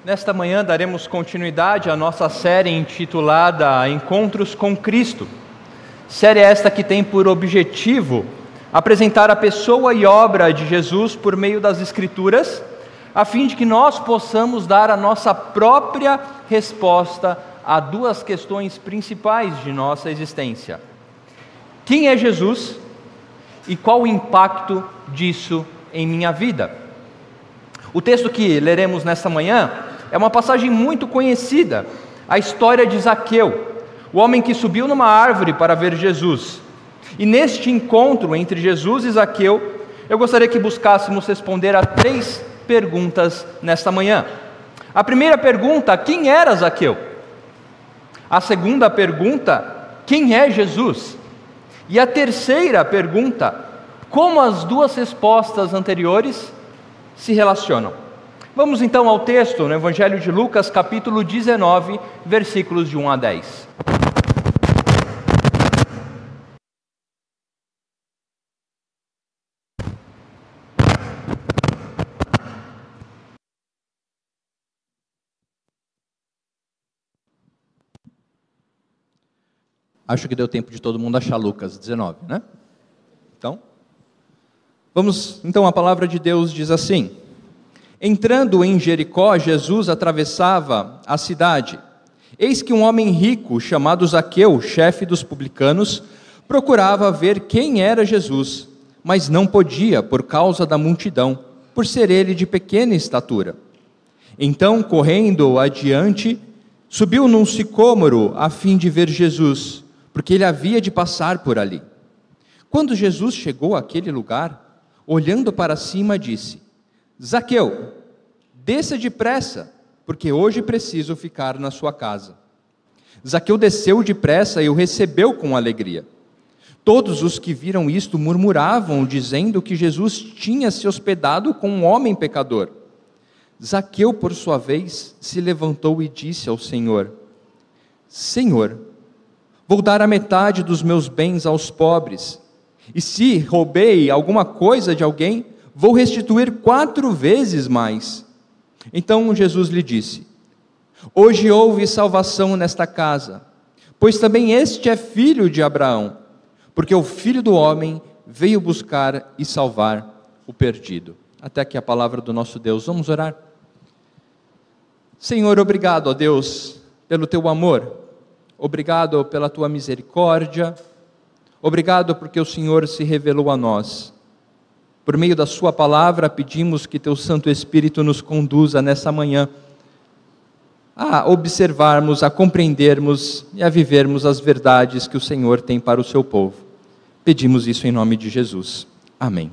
Nesta manhã daremos continuidade à nossa série intitulada Encontros com Cristo. Série esta que tem por objetivo apresentar a pessoa e obra de Jesus por meio das Escrituras, a fim de que nós possamos dar a nossa própria resposta a duas questões principais de nossa existência. Quem é Jesus e qual o impacto disso em minha vida? O texto que leremos nesta manhã é uma passagem muito conhecida, a história de Zaqueu, o homem que subiu numa árvore para ver Jesus. E neste encontro entre Jesus e Zaqueu, eu gostaria que buscássemos responder a 3 perguntas nesta manhã. A primeira pergunta: quem era Zaqueu? A segunda pergunta: quem é Jesus? E a terceira pergunta: como as duas respostas anteriores se relacionam? Vamos então ao texto no Evangelho de Lucas, capítulo 19, versículos de 1 a 10. Acho que deu tempo de todo mundo achar Lucas 19, né? Então, vamos, a palavra de Deus diz assim: entrando em Jericó, Jesus atravessava a cidade. Eis que um homem rico, chamado Zaqueu, chefe dos publicanos, procurava ver quem era Jesus, mas não podia por causa da multidão, por ser ele de pequena estatura. Então, correndo adiante, subiu num sicômoro a fim de ver Jesus, porque ele havia de passar por ali. Quando Jesus chegou àquele lugar, olhando para cima, disse: Zaqueu, desça depressa, porque hoje preciso ficar na sua casa. Zaqueu desceu depressa e o recebeu com alegria. Todos os que viram isto murmuravam, dizendo que Jesus tinha se hospedado com um homem pecador. Zaqueu, por sua vez, se levantou e disse ao Senhor: Senhor, vou dar a metade dos meus bens aos pobres, e se roubei alguma coisa de alguém, vou restituir 4 vezes mais. Então Jesus lhe disse: hoje houve salvação nesta casa, pois também este é filho de Abraão, porque o Filho do Homem veio buscar e salvar o perdido. Até aqui a palavra do nosso Deus. Vamos orar? Senhor, obrigado, ó Deus, pelo teu amor, obrigado pela tua misericórdia, obrigado porque o Senhor se revelou a nós. Por meio da sua palavra, pedimos que teu Santo Espírito nos conduza nessa manhã a observarmos, a compreendermos e a vivermos as verdades que o Senhor tem para o seu povo. Pedimos isso em nome de Jesus. Amém.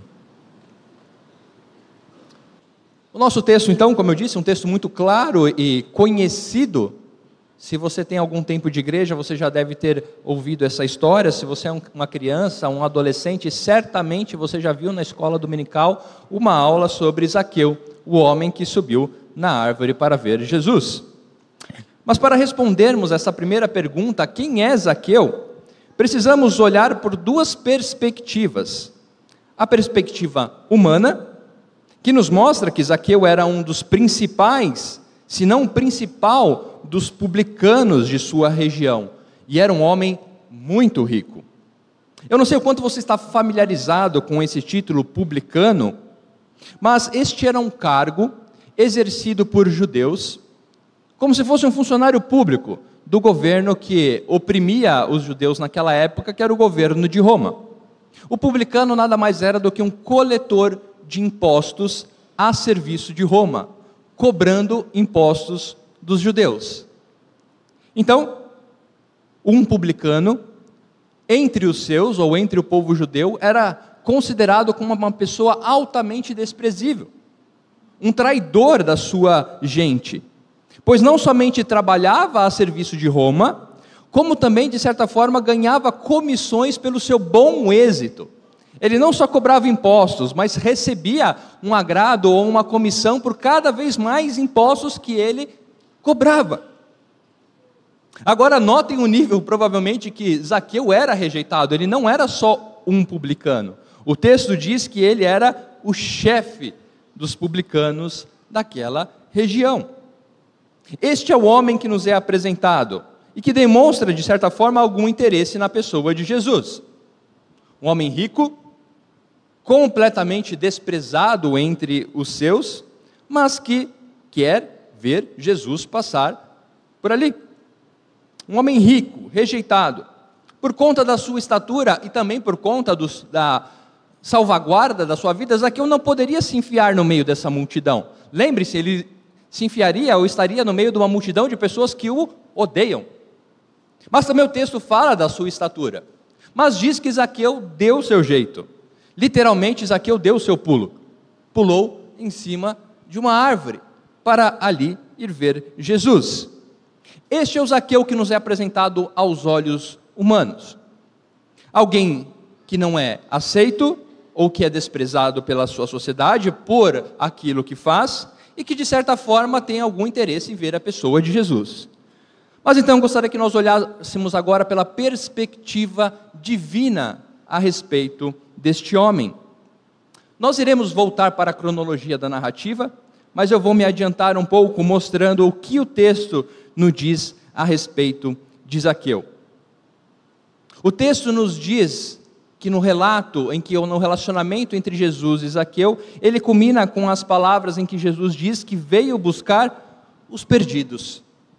O nosso texto, então, como eu disse, é um texto muito claro e conhecido. Se você tem algum tempo de igreja, você já deve ter ouvido essa história. Se você é uma criança, um adolescente, certamente você já viu na escola dominical uma aula sobre Zaqueu, o homem que subiu na árvore para ver Jesus. Mas para respondermos essa primeira pergunta, quem é Zaqueu, precisamos olhar por 2 perspectivas. A perspectiva humana, que nos mostra que Zaqueu era um dos principais, se não o principal, dos publicanos de sua região, e era um homem muito rico. Eu não sei o quanto você está familiarizado com esse título publicano, mas este era um cargo exercido por judeus, como se fosse um funcionário público do governo que oprimia os judeus naquela época, que era o governo de Roma. O publicano nada mais era do que um coletor de impostos a serviço de Roma, cobrando impostos dos judeus. Então, um publicano, entre os seus, ou entre o povo judeu, era considerado como uma pessoa altamente desprezível, um traidor da sua gente, pois não somente trabalhava a serviço de Roma, como também, de certa forma, ganhava comissões pelo seu bom êxito. Ele não só cobrava impostos, mas recebia um agrado ou uma comissão por cada vez mais impostos que ele cobrava. Agora notem o nível, provavelmente, que Zaqueu era rejeitado. Ele não era só um publicano. O texto diz que ele era o chefe dos publicanos daquela região. Este é o homem que nos é apresentado e que demonstra, de certa forma, algum interesse na pessoa de Jesus. Um homem rico, completamente desprezado entre os seus, mas que quer ver Jesus passar por ali. Um homem rico, rejeitado, por conta da sua estatura e também por conta da salvaguarda da sua vida. Zaqueu não poderia se enfiar no meio dessa multidão. Lembre-se, ele se enfiaria ou estaria no meio de uma multidão de pessoas que o odeiam. Mas também o texto fala da sua estatura. Mas diz que Zaqueu deu o seu jeito. Literalmente, Zaqueu deu o seu pulo. Pulou em cima de uma árvore para ali ir ver Jesus. Este é o Zaqueu que nos é apresentado aos olhos humanos. Alguém que não é aceito ou que é desprezado pela sua sociedade por aquilo que faz e que de certa forma tem algum interesse em ver a pessoa de Jesus. Mas então gostaria que nós olhássemos agora pela perspectiva divina a respeito deste homem. Nós iremos voltar para a cronologia da narrativa, mas eu vou me adiantar um pouco mostrando o que o texto nos diz a respeito de Zaqueu. O texto nos diz que no relacionamento entre Jesus e Zaqueu, ele culmina com as palavras em que Jesus diz que veio buscar os perdidos.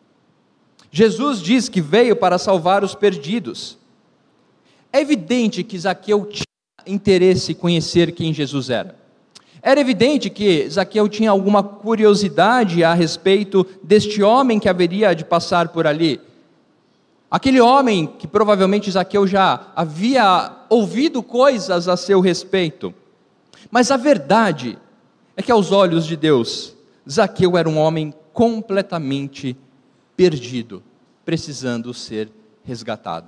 Jesus diz que veio para salvar os perdidos. É evidente que Zaqueu tinha interesse em conhecer quem Jesus era. Era evidente que Zaqueu tinha alguma curiosidade a respeito deste homem que haveria de passar por ali. Aquele homem que provavelmente Zaqueu já havia ouvido coisas a seu respeito. Mas a verdade é que aos olhos de Deus, Zaqueu era um homem completamente perdido, precisando ser resgatado.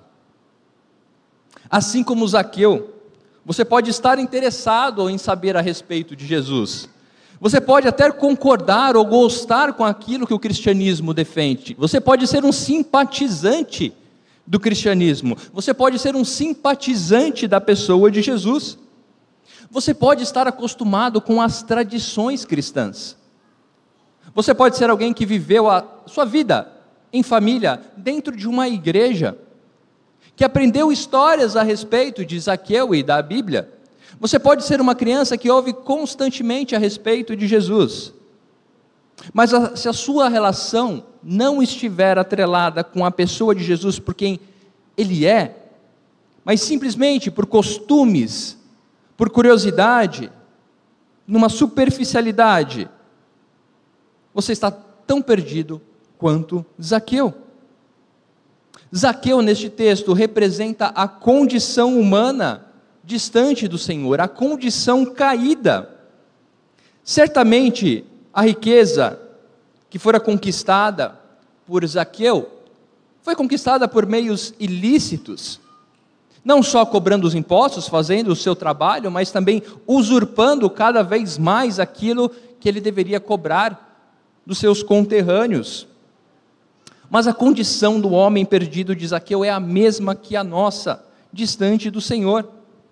Assim como Zaqueu, você pode estar interessado em saber a respeito de Jesus. Você pode até concordar ou gostar com aquilo que o cristianismo defende. Você pode ser um simpatizante do cristianismo. Você pode ser um simpatizante da pessoa de Jesus. Você pode estar acostumado com as tradições cristãs. Você pode ser alguém que viveu a sua vida em família, dentro de uma igreja, que aprendeu histórias a respeito de Zaqueu e da Bíblia. Você pode ser uma criança que ouve constantemente a respeito de Jesus. Mas se a sua relação não estiver atrelada com a pessoa de Jesus por quem Ele é, mas simplesmente por costumes, por curiosidade, numa superficialidade, você está tão perdido quanto Zaqueu. Zaqueu, neste texto, representa a condição humana distante do Senhor, a condição caída. Certamente, a riqueza que fora conquistada por Zaqueu foi conquistada por meios ilícitos, não só cobrando os impostos, fazendo o seu trabalho, mas também usurpando cada vez mais aquilo que ele deveria cobrar dos seus conterrâneos. Mas a condição do homem perdido de Zaqueu é a mesma que a nossa, distante do Senhor.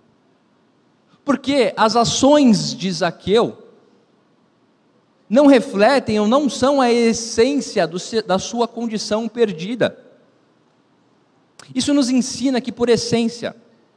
Porque as ações de Zaqueu não refletem ou não são a essência da sua condição perdida. Isso nos ensina que, por essência,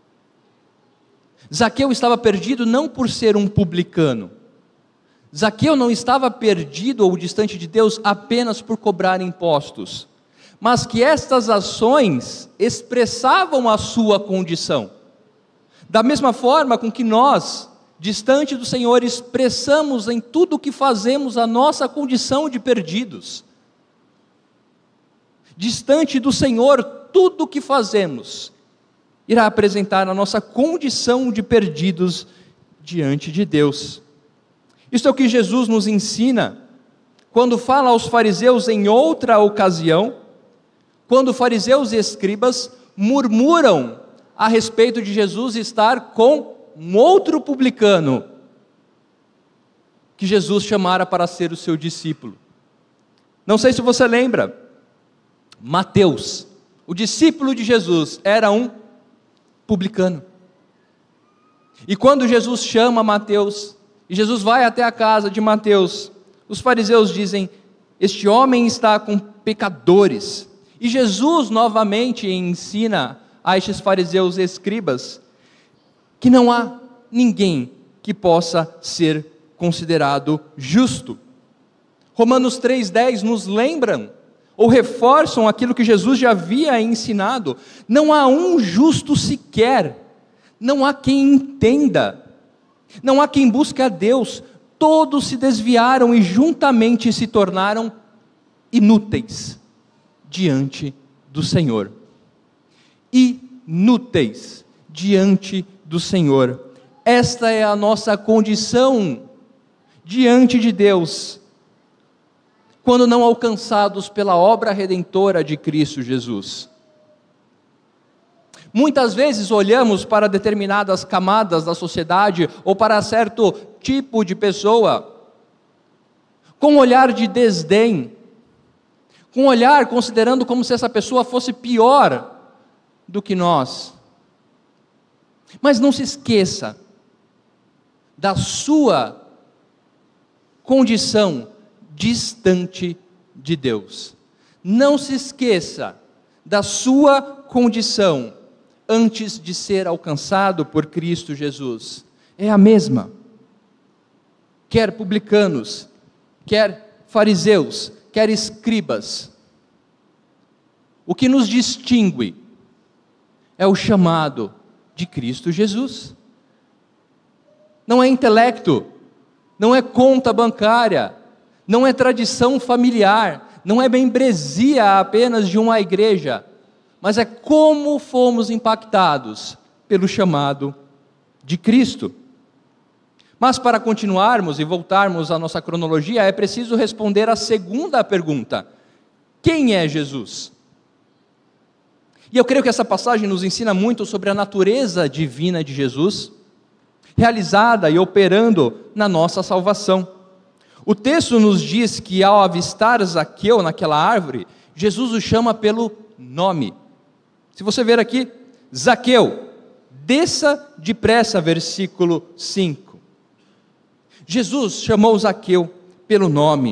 Zaqueu estava perdido não por ser um publicano. Zaqueu não estava perdido ou distante de Deus apenas por cobrar impostos, mas que estas ações expressavam a sua condição. Da mesma forma com que nós, distante do Senhor, expressamos em tudo o que fazemos a nossa condição de perdidos. Distante do Senhor, tudo o que fazemos irá apresentar a nossa condição de perdidos diante de Deus. Isso é o que Jesus nos ensina quando fala aos fariseus em outra ocasião, quando fariseus e escribas murmuram a respeito de Jesus estar com um outro publicano que Jesus chamara para ser o seu discípulo. Não sei se você lembra, Mateus, o discípulo de Jesus, era um publicano. E quando Jesus chama Mateus, e Jesus vai até a casa de Mateus, os fariseus dizem: Este homem está com pecadores. E Jesus novamente ensina a estes fariseus e escribas que não há ninguém que possa ser considerado justo. Romanos 3,10 nos lembram, ou reforçam aquilo que Jesus já havia ensinado: não há um justo sequer, não há quem entenda, não há quem busque a Deus, todos se desviaram e juntamente se tornaram inúteis diante do Senhor. Inúteis diante do Senhor. Esta é a nossa condição diante de Deus, quando não alcançados pela obra redentora de Cristo Jesus. Muitas vezes olhamos para determinadas camadas da sociedade ou para certo tipo de pessoa com um olhar de desdém, com um olhar considerando como se essa pessoa fosse pior do que nós. Mas não se esqueça da sua condição distante de Deus. Não se esqueça da sua condição antes de ser alcançado por Cristo Jesus. É a mesma. Quer publicanos, quer fariseus, quer escribas. O que nos distingue é o chamado de Cristo Jesus. Não é intelecto, não é conta bancária, não é tradição familiar, não é membresia apenas de uma igreja, mas é como fomos impactados pelo chamado de Cristo. Mas para continuarmos e voltarmos à nossa cronologia, é preciso responder a segunda pergunta: quem é Jesus? E eu creio que essa passagem nos ensina muito sobre a natureza divina de Jesus, realizada e operando na nossa salvação. O texto nos diz que ao avistar Zaqueu naquela árvore, Jesus o chama pelo nome. Se você ver aqui, Zaqueu, desça depressa, versículo 5. Jesus chamou Zaqueu pelo nome.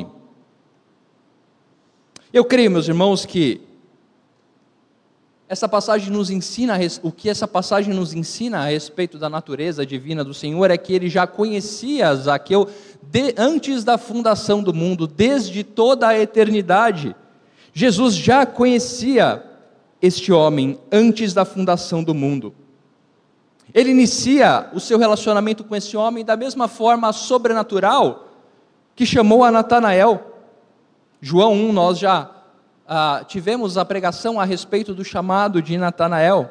Eu creio, meus irmãos, que essa passagem nos ensina, o que essa passagem nos ensina a respeito da natureza divina do Senhor é que ele já conhecia Zaqueu antes da fundação do mundo, desde toda a eternidade. Jesus já conhecia este homem antes da fundação do mundo. Ele inicia o seu relacionamento com esse homem da mesma forma sobrenatural que chamou a Natanael. João 1, nós já tivemos a pregação a respeito do chamado de Natanael.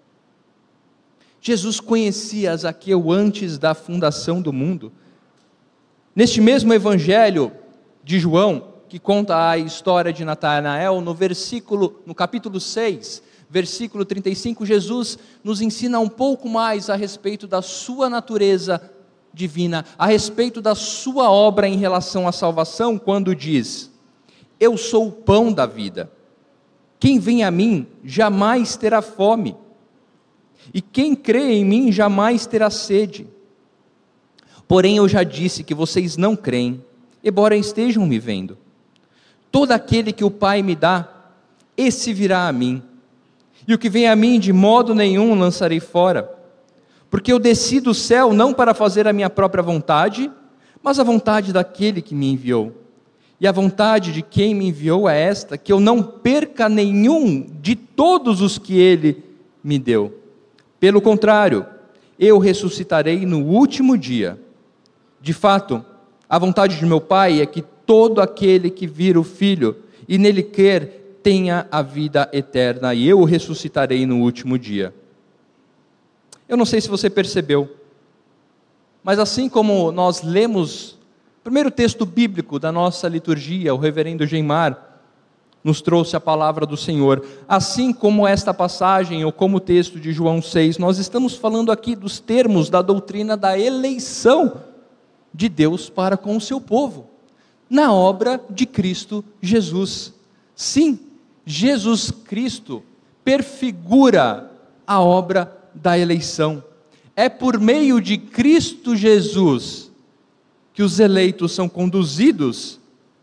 Jesus conhecia Zaqueu antes da fundação do mundo. Neste mesmo evangelho de João, que conta a história de Natanael, no capítulo 6, versículo 35, Jesus nos ensina um pouco mais a respeito da sua natureza divina, a respeito da sua obra em relação à salvação, quando diz: eu sou o pão da vida, quem vem a mim jamais terá fome, e quem crê em mim jamais terá sede. Porém eu já disse que vocês não creem, embora estejam me vendo. Todo aquele que o Pai me dá, esse virá a mim, e o que vem a mim de modo nenhum lançarei fora, porque eu desci do céu não para fazer a minha própria vontade, mas a vontade daquele que me enviou. E a vontade de quem me enviou é esta, que eu não perca nenhum de todos os que ele me deu. Pelo contrário, eu ressuscitarei no último dia. De fato, a vontade de meu Pai é que todo aquele que vir o Filho e nele crer tenha a vida eterna, e eu o ressuscitarei no último dia. Eu não sei se você percebeu, mas assim como nós lemos o primeiro texto bíblico da nossa liturgia, o reverendo Geimar nos trouxe a palavra do Senhor, assim como esta passagem, ou como o texto de João 6, nós estamos falando aqui dos termos da doutrina da eleição de Deus para com o seu povo, na obra de Cristo Jesus. Sim, Jesus Cristo perfigura a obra da eleição. É por meio de Cristo Jesus que os eleitos são conduzidos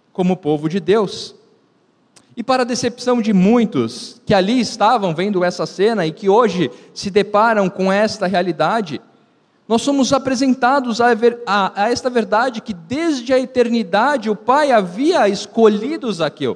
como povo de Deus. E para a decepção de muitos que ali estavam vendo essa cena e que hoje se deparam com esta realidade, nós somos apresentados a esta verdade que desde a eternidade o Pai havia escolhido Zaqueu.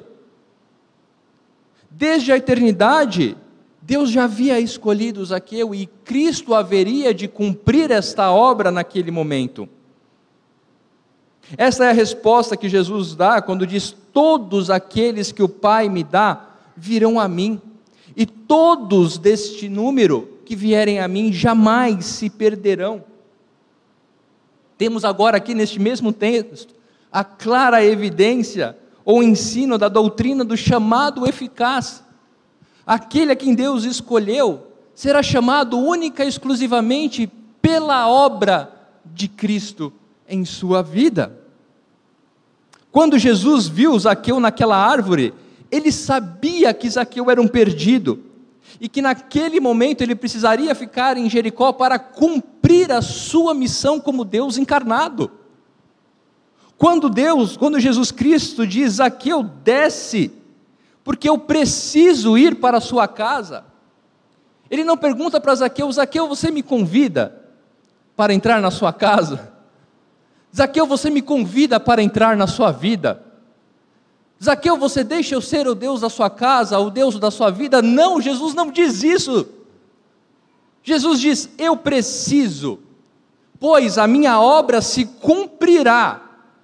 Desde a eternidade, Deus já havia escolhido Zaqueu e Cristo haveria de cumprir esta obra naquele momento. Esta é a resposta que Jesus dá quando diz: todos aqueles que o Pai me dá virão a mim, e todos deste número que vierem a mim jamais se perderão. Temos agora aqui neste mesmo texto a clara evidência ou ensino da doutrina do chamado eficaz. Aquele a quem Deus escolheu será chamado única e exclusivamente pela obra de Cristo em sua vida. Quando Jesus viu Zaqueu naquela árvore, ele sabia que Zaqueu era um perdido, e que naquele momento ele precisaria ficar em Jericó para cumprir a sua missão como Deus encarnado. Quando Jesus Cristo diz: Zaqueu, desce, porque eu preciso ir para a sua casa, ele não pergunta para Zaqueu: Zaqueu, você me convida para entrar na sua casa? Zaqueu, você me convida para entrar na sua vida? Zaqueu, você deixa eu ser o Deus da sua casa, o Deus da sua vida? Não, Jesus não diz isso. Jesus diz: eu preciso, pois a minha obra se cumprirá,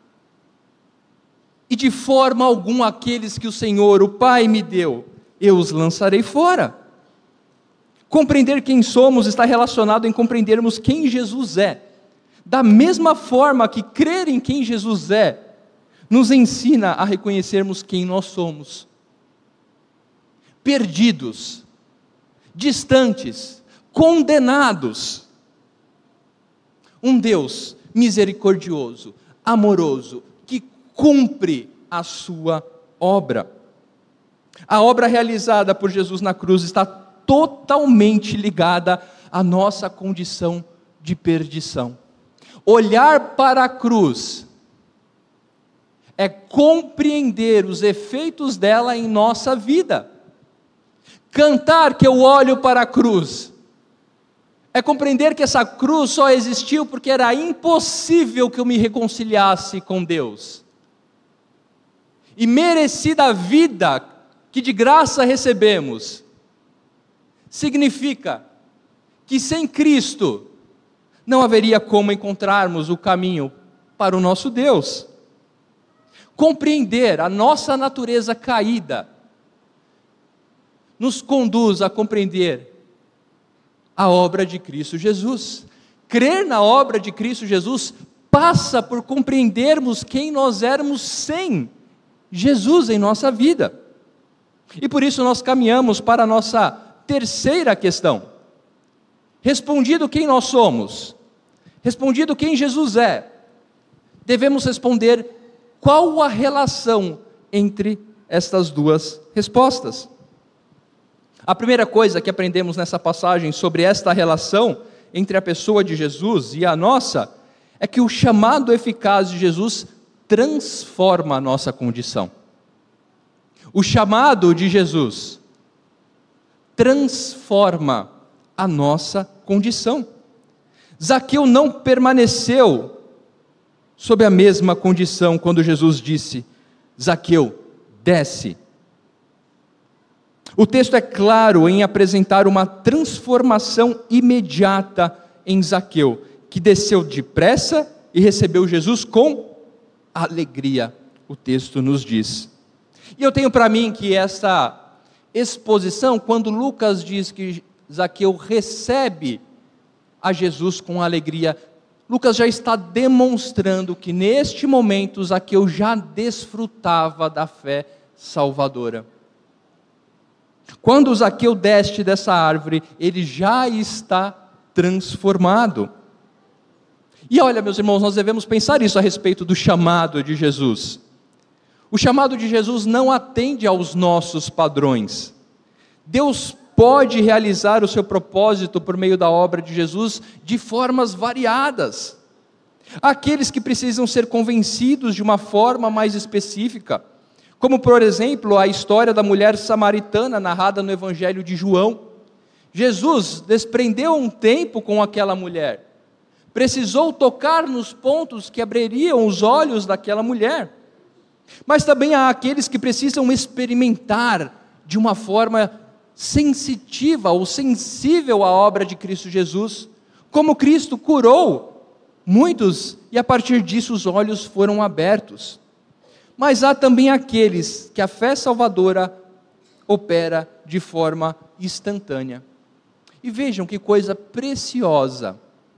e de forma alguma aqueles que o Senhor, o Pai, me deu, eu os lançarei fora. Compreender quem somos está relacionado em compreendermos quem Jesus é. Da mesma forma que crer em quem Jesus é, nos ensina a reconhecermos quem nós somos. Perdidos, distantes, condenados. Um Deus misericordioso, amoroso, que cumpre a sua obra. A obra realizada por Jesus na cruz está totalmente ligada à nossa condição de perdição. Olhar para a cruz é compreender os efeitos dela em nossa vida. Cantar que eu olho para a cruz é compreender que essa cruz só existiu porque era impossível que eu me reconciliasse com Deus. E merecida a vida que de graça recebemos, significa que sem Cristo não haveria como encontrarmos o caminho para o nosso Deus. Compreender a nossa natureza caída nos conduz a compreender a obra de Cristo Jesus. Crer na obra de Cristo Jesus passa por compreendermos quem nós éramos sem Jesus em nossa vida. E por isso nós caminhamos para a nossa terceira questão. Respondido quem nós somos, respondido quem Jesus é, devemos responder qual a relação entre estas duas respostas. A primeira coisa que aprendemos nessa passagem sobre esta relação entre a pessoa de Jesus e a nossa, é que o chamado eficaz de Jesus transforma a nossa condição. O chamado de Jesus transforma a nossa condição. Zaqueu não permaneceu sob a mesma condição quando Jesus disse: Zaqueu, desce. O texto é claro em apresentar uma transformação imediata em Zaqueu, que desceu depressa e recebeu Jesus com alegria, o texto nos diz. E eu tenho para mim que essa exposição, quando Lucas diz que Zaqueu recebe a Jesus com alegria, Lucas já está demonstrando que neste momento Zaqueu já desfrutava da fé salvadora. Quando Zaqueu desce dessa árvore, ele já está transformado. E olha, meus irmãos, nós devemos pensar isso a respeito do chamado de Jesus. O chamado de Jesus não atende aos nossos padrões. Deus pode realizar o seu propósito por meio da obra de Jesus de formas variadas. Aqueles que precisam ser convencidos de uma forma mais específica, como por exemplo a história da mulher samaritana narrada no Evangelho de João. Jesus desprendeu um tempo com aquela mulher, precisou tocar nos pontos que abririam os olhos daquela mulher, mas também há aqueles que precisam experimentar de uma forma sensitiva ou sensível à obra de Cristo Jesus, como Cristo curou muitos e a partir disso os olhos foram abertos. Mas há também aqueles que a fé salvadora opera de forma instantânea. E vejam que coisa preciosa.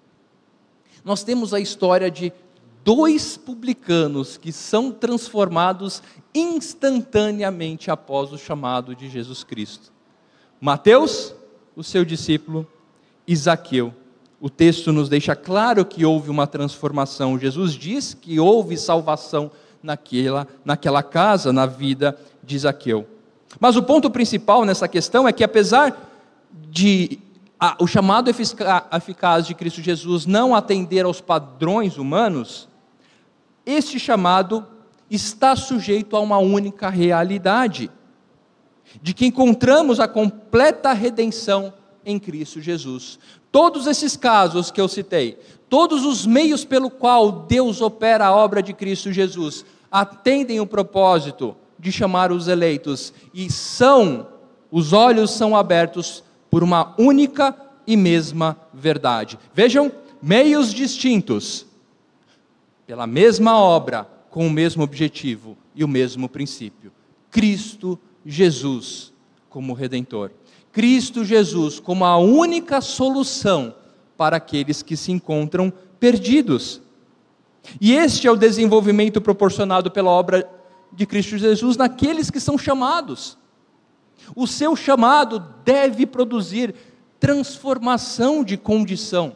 Nós temos a história de 2 publicanos que são transformados instantaneamente após o chamado de Jesus Cristo. Mateus, o seu discípulo, e Zaqueu. O texto nos deixa claro que houve uma transformação. Jesus diz que houve salvação naquela casa, na vida de Zaqueu. Mas o ponto principal nessa questão é que apesar de o chamado eficaz de Cristo Jesus não atender aos padrões humanos, este chamado está sujeito a uma única realidade, de que encontramos a completa redenção em Cristo Jesus. Todos esses casos que eu citei, todos os meios pelo qual Deus opera a obra de Cristo Jesus, atendem o propósito de chamar os eleitos, e os olhos são abertos por uma única e mesma verdade. Vejam, meios distintos, pela mesma obra, com o mesmo objetivo e o mesmo princípio. Cristo Jesus como Redentor. Cristo Jesus como a única solução para aqueles que se encontram perdidos. E este é o desenvolvimento proporcionado pela obra de Cristo Jesus naqueles que são chamados. O seu chamado deve produzir transformação de condição.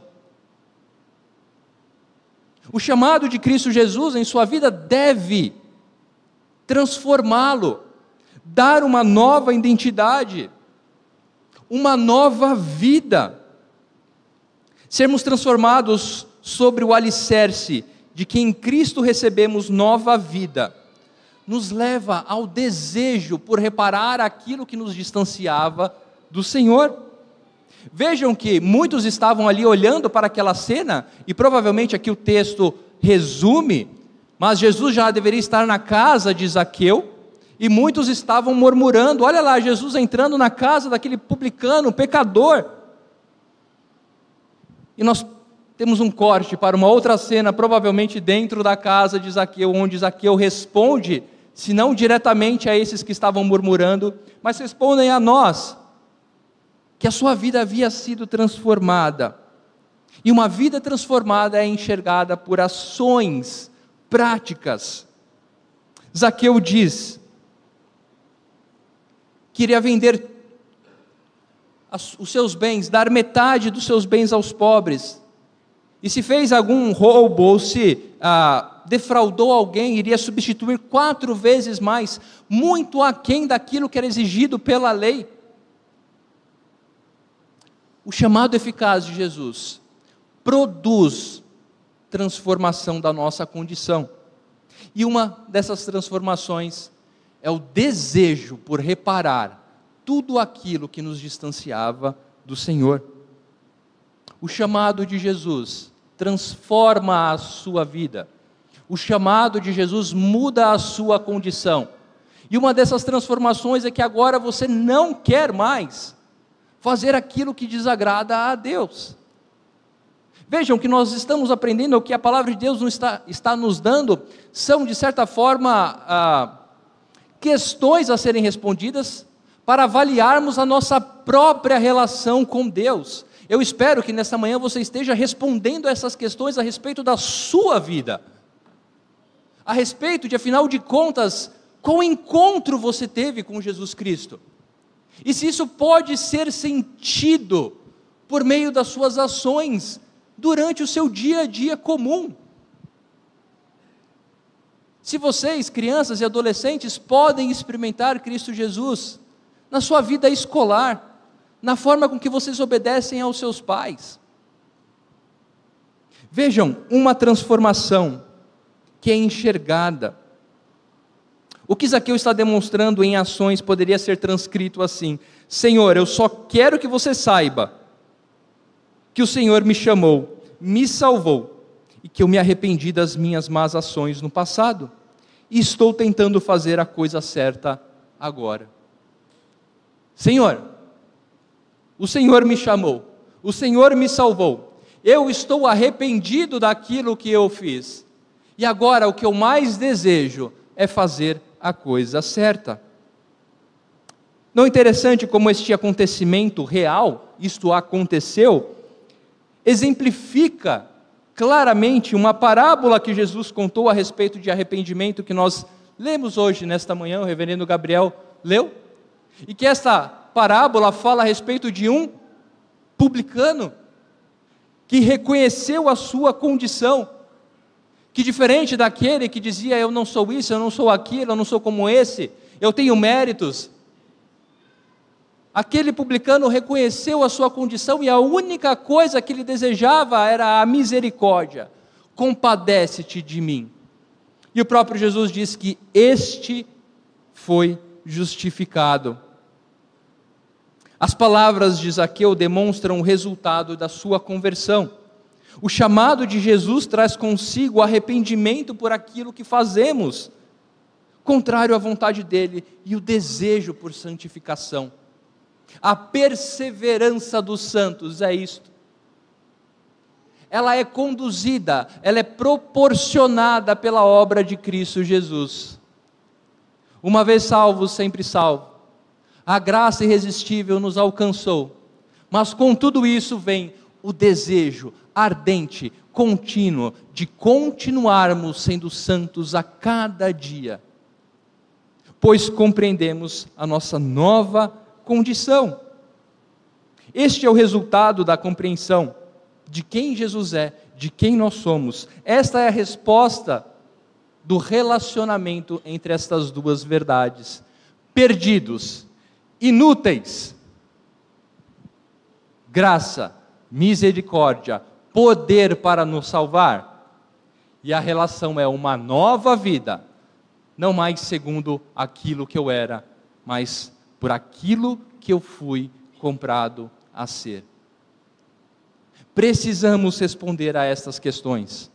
O chamado de Cristo Jesus em sua vida deve transformá-lo, dar uma nova identidade, uma nova vida. Sermos transformados sobre o alicerce de que em Cristo recebemos nova vida, nos leva ao desejo por reparar aquilo que nos distanciava do Senhor. Vejam que muitos estavam ali olhando para aquela cena, e provavelmente aqui o texto resume, mas Jesus já deveria estar na casa de Zaqueu, e muitos estavam murmurando: olha lá, Jesus entrando na casa daquele publicano, pecador. E nós temos um corte para uma outra cena, provavelmente dentro da casa de Zaqueu, onde Zaqueu responde, se não diretamente a esses que estavam murmurando, mas respondem a nós, que a sua vida havia sido transformada, e uma vida transformada é enxergada por ações práticas. Zaqueu diz que iria vender os seus bens, dar metade dos seus bens aos pobres, e se fez algum roubo, ou se defraudou alguém, iria substituir 4 vezes mais, muito aquém daquilo que era exigido pela lei. O chamado eficaz de Jesus produz transformação da nossa condição, e uma dessas transformações é o desejo por reparar tudo aquilo que nos distanciava do Senhor. O chamado de Jesus transforma a sua vida, o chamado de Jesus muda a sua condição, e uma dessas transformações é que agora você não quer mais fazer aquilo que desagrada a Deus. Vejam que nós estamos aprendendo, o que a palavra de Deus está nos dando, são de certa forma questões a serem respondidas, para avaliarmos a nossa própria relação com Deus. Eu espero que nesta manhã você esteja respondendo essas questões a respeito da sua vida, a respeito de, afinal de contas, qual encontro você teve com Jesus Cristo, e se isso pode ser sentido por meio das suas ações durante o seu dia a dia comum. Se vocês, crianças e adolescentes, podem experimentar Cristo Jesus na sua vida escolar, na forma com que vocês obedecem aos seus pais. Vejam, uma transformação que é enxergada. O que Zaqueu está demonstrando em ações poderia ser transcrito assim: Senhor, eu só quero que você saiba que o Senhor me chamou, me salvou, e que eu me arrependi das minhas más ações no passado, e estou tentando fazer a coisa certa agora. Senhor, o Senhor me chamou, o Senhor me salvou, eu estou arrependido daquilo que eu fiz, e agora o que eu mais desejo é fazer a coisa certa. Não é interessante como este acontecimento real, isto aconteceu, exemplifica claramente uma parábola que Jesus contou a respeito de arrependimento, que nós lemos hoje nesta manhã, o reverendo Gabriel leu, e que esta parábola fala a respeito de um publicano, que reconheceu a sua condição, que diferente daquele que dizia, eu não sou isso, eu não sou aquilo, eu não sou como esse, eu tenho méritos, aquele publicano reconheceu a sua condição e a única coisa que ele desejava era a misericórdia. Compadece-te de mim. E o próprio Jesus diz que este foi justificado. As palavras de Zaqueu demonstram o resultado da sua conversão. O chamado de Jesus traz consigo o arrependimento por aquilo que fazemos, contrário à vontade dele, e o desejo por santificação. A perseverança dos santos é isto. Ela é conduzida, ela é proporcionada pela obra de Cristo Jesus. Uma vez salvo, sempre salvo. A graça irresistível nos alcançou, mas com tudo isso vem o desejo ardente, contínuo, de continuarmos sendo santos a cada dia, pois compreendemos a nossa nova condição. Este é o resultado da compreensão de quem Jesus é, de quem nós somos. Esta é a resposta do relacionamento entre estas duas verdades. Perdidos, inúteis, graça, misericórdia, poder para nos salvar, e a relação é uma nova vida, não mais segundo aquilo que eu era, mas por aquilo que eu fui comprado a ser. Precisamos responder a estas questões,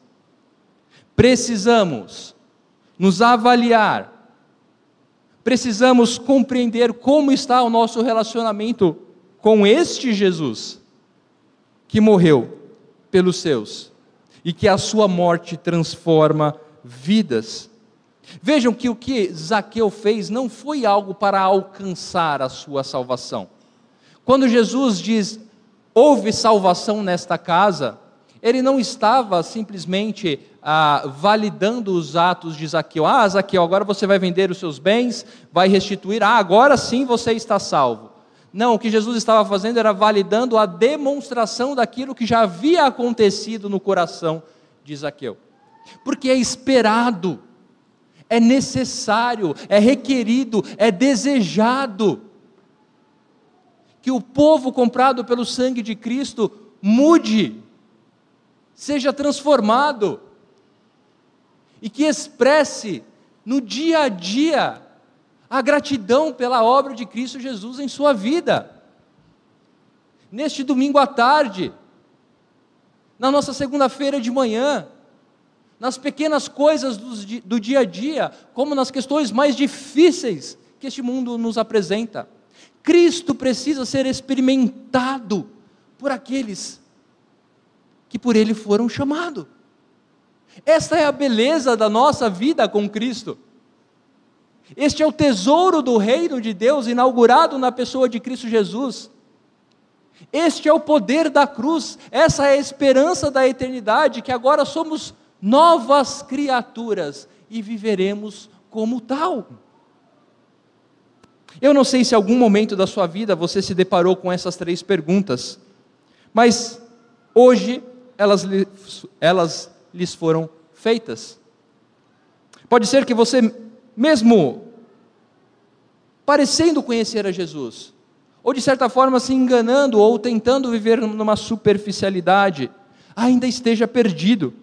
precisamos nos avaliar, precisamos compreender como está o nosso relacionamento com este Jesus, que morreu pelos seus, e que a sua morte transforma vidas. Vejam que o que Zaqueu fez não foi algo para alcançar a sua salvação. Quando Jesus diz, houve salvação nesta casa, ele não estava simplesmente validando os atos de Zaqueu. Zaqueu, agora você vai vender os seus bens, vai restituir, agora sim você está salvo. Não, o que Jesus estava fazendo era validando a demonstração daquilo que já havia acontecido no coração de Zaqueu. Porque é esperado, é necessário, é requerido, é desejado que o povo comprado pelo sangue de Cristo mude, seja transformado, e que expresse no dia a dia a gratidão pela obra de Cristo Jesus em sua vida. Neste domingo à tarde, na nossa segunda-feira de manhã, nas pequenas coisas do dia a dia, como nas questões mais difíceis que este mundo nos apresenta. Cristo precisa ser experimentado por aqueles que por Ele foram chamados. Esta é a beleza da nossa vida com Cristo. Este é o tesouro do reino de Deus inaugurado na pessoa de Cristo Jesus. Este é o poder da cruz, essa é a esperança da eternidade, que agora somos novas criaturas e viveremos como tal. Eu não sei se em algum momento da sua vida você se deparou com essas 3 perguntas, mas hoje elas lhes foram feitas. Pode ser que você, mesmo parecendo conhecer a Jesus, ou de certa forma se enganando ou tentando viver numa superficialidade, ainda esteja perdido.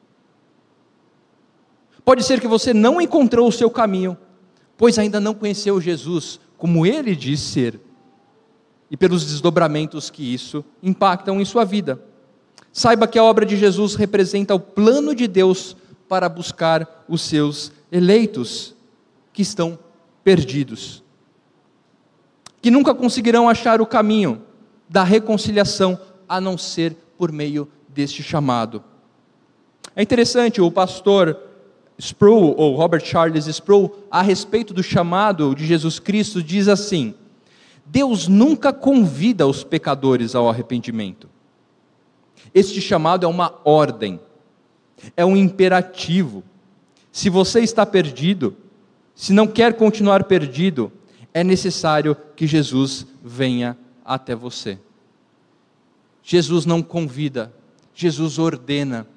Pode ser que você não encontrou o seu caminho, pois ainda não conheceu Jesus como Ele diz ser, e pelos desdobramentos que isso impactam em sua vida. Saiba que a obra de Jesus representa o plano de Deus para buscar os seus eleitos, que estão perdidos, que nunca conseguirão achar o caminho da reconciliação, a não ser por meio deste chamado. É interessante, o pastor Sproul, ou Robert Charles Sproul, a respeito do chamado de Jesus Cristo, diz assim: Deus nunca convida os pecadores ao arrependimento. Este chamado é uma ordem, é um imperativo. Se você está perdido, se não quer continuar perdido, é necessário que Jesus venha até você. Jesus não convida, Jesus ordena.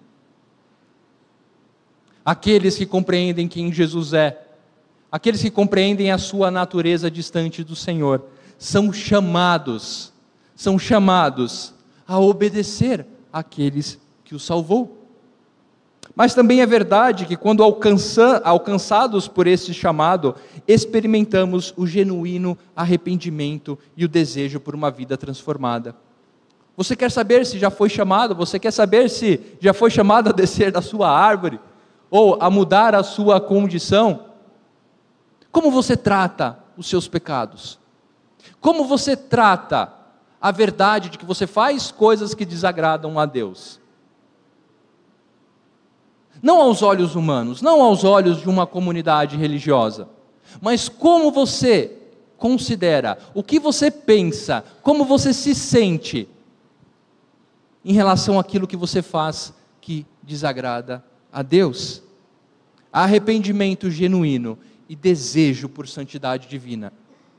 Aqueles que compreendem quem Jesus é, aqueles que compreendem a sua natureza distante do Senhor, são chamados a obedecer àqueles que o salvou. Mas também é verdade que quando alcançados por esse chamado, experimentamos o genuíno arrependimento e o desejo por uma vida transformada. Você quer saber se já foi chamado? Você quer saber se já foi chamado a descer da sua árvore? Ou a mudar a sua condição? Como você trata os seus pecados? Como você trata a verdade de que você faz coisas que desagradam a Deus? Não aos olhos humanos, não aos olhos de uma comunidade religiosa, mas como você considera, o que você pensa, como você se sente em relação àquilo que você faz que desagrada a Deus. Arrependimento genuíno e desejo por santidade divina.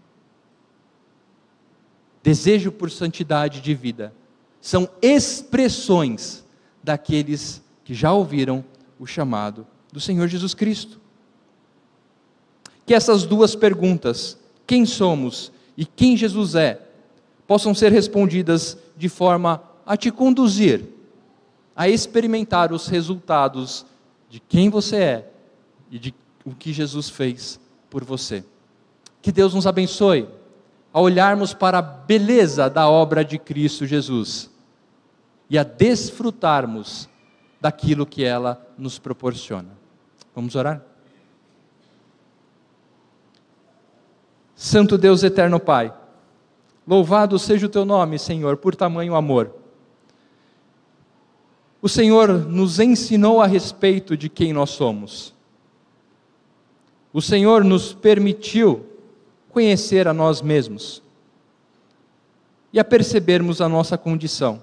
Desejo por santidade de vida são expressões daqueles que já ouviram o chamado do Senhor Jesus Cristo. Que essas duas perguntas, quem somos e quem Jesus é, possam ser respondidas de forma a te conduzir a experimentar os resultados de quem você é e de o que Jesus fez por você. Que Deus nos abençoe a olharmos para a beleza da obra de Cristo Jesus e a desfrutarmos daquilo que ela nos proporciona. Vamos orar? Santo Deus eterno Pai, louvado seja o teu nome, Senhor, por tamanho amor. O Senhor nos ensinou a respeito de quem nós somos. O Senhor nos permitiu conhecer a nós mesmos e a percebermos a nossa condição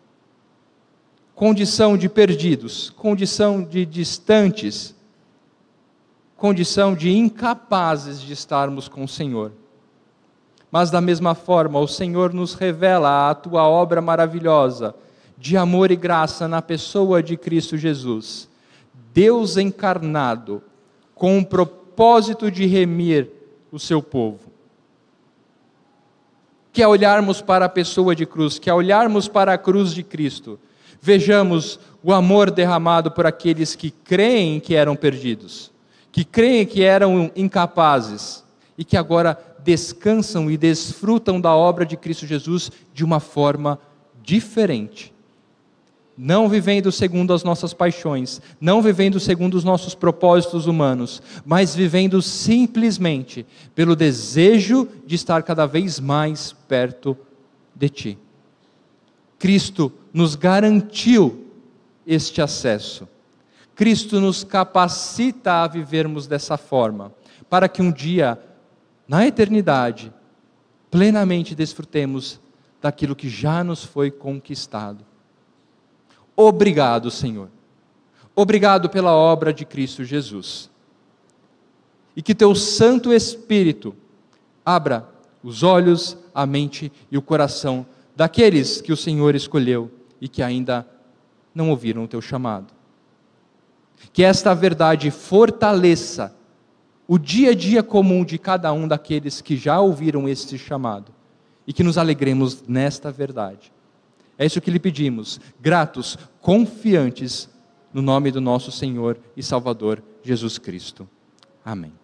de perdidos, condição de distantes, condição de incapazes de estarmos com o Senhor. Mas da mesma forma, o Senhor nos revela a tua obra maravilhosa de amor e graça na pessoa de Cristo Jesus, Deus encarnado, com o propósito de remir o seu povo. Que ao olharmos para a pessoa de cruz, que ao olharmos para a cruz de Cristo, vejamos o amor derramado por aqueles que creem que eram perdidos, que creem que eram incapazes, e que agora descansam e desfrutam da obra de Cristo Jesus de uma forma diferente. Não vivendo segundo as nossas paixões, não vivendo segundo os nossos propósitos humanos, mas vivendo simplesmente pelo desejo de estar cada vez mais perto de Ti. Cristo nos garantiu este acesso. Cristo nos capacita a vivermos dessa forma, para que um dia, na eternidade, plenamente desfrutemos daquilo que já nos foi conquistado. Obrigado, Senhor. Obrigado pela obra de Cristo Jesus. E que teu Santo Espírito abra os olhos, a mente e o coração daqueles que o Senhor escolheu e que ainda não ouviram o teu chamado. Que esta verdade fortaleça o dia a dia comum de cada um daqueles que já ouviram este chamado e que nos alegremos nesta verdade. É isso que lhe pedimos, gratos, confiantes, no nome do nosso Senhor e Salvador Jesus Cristo. Amém.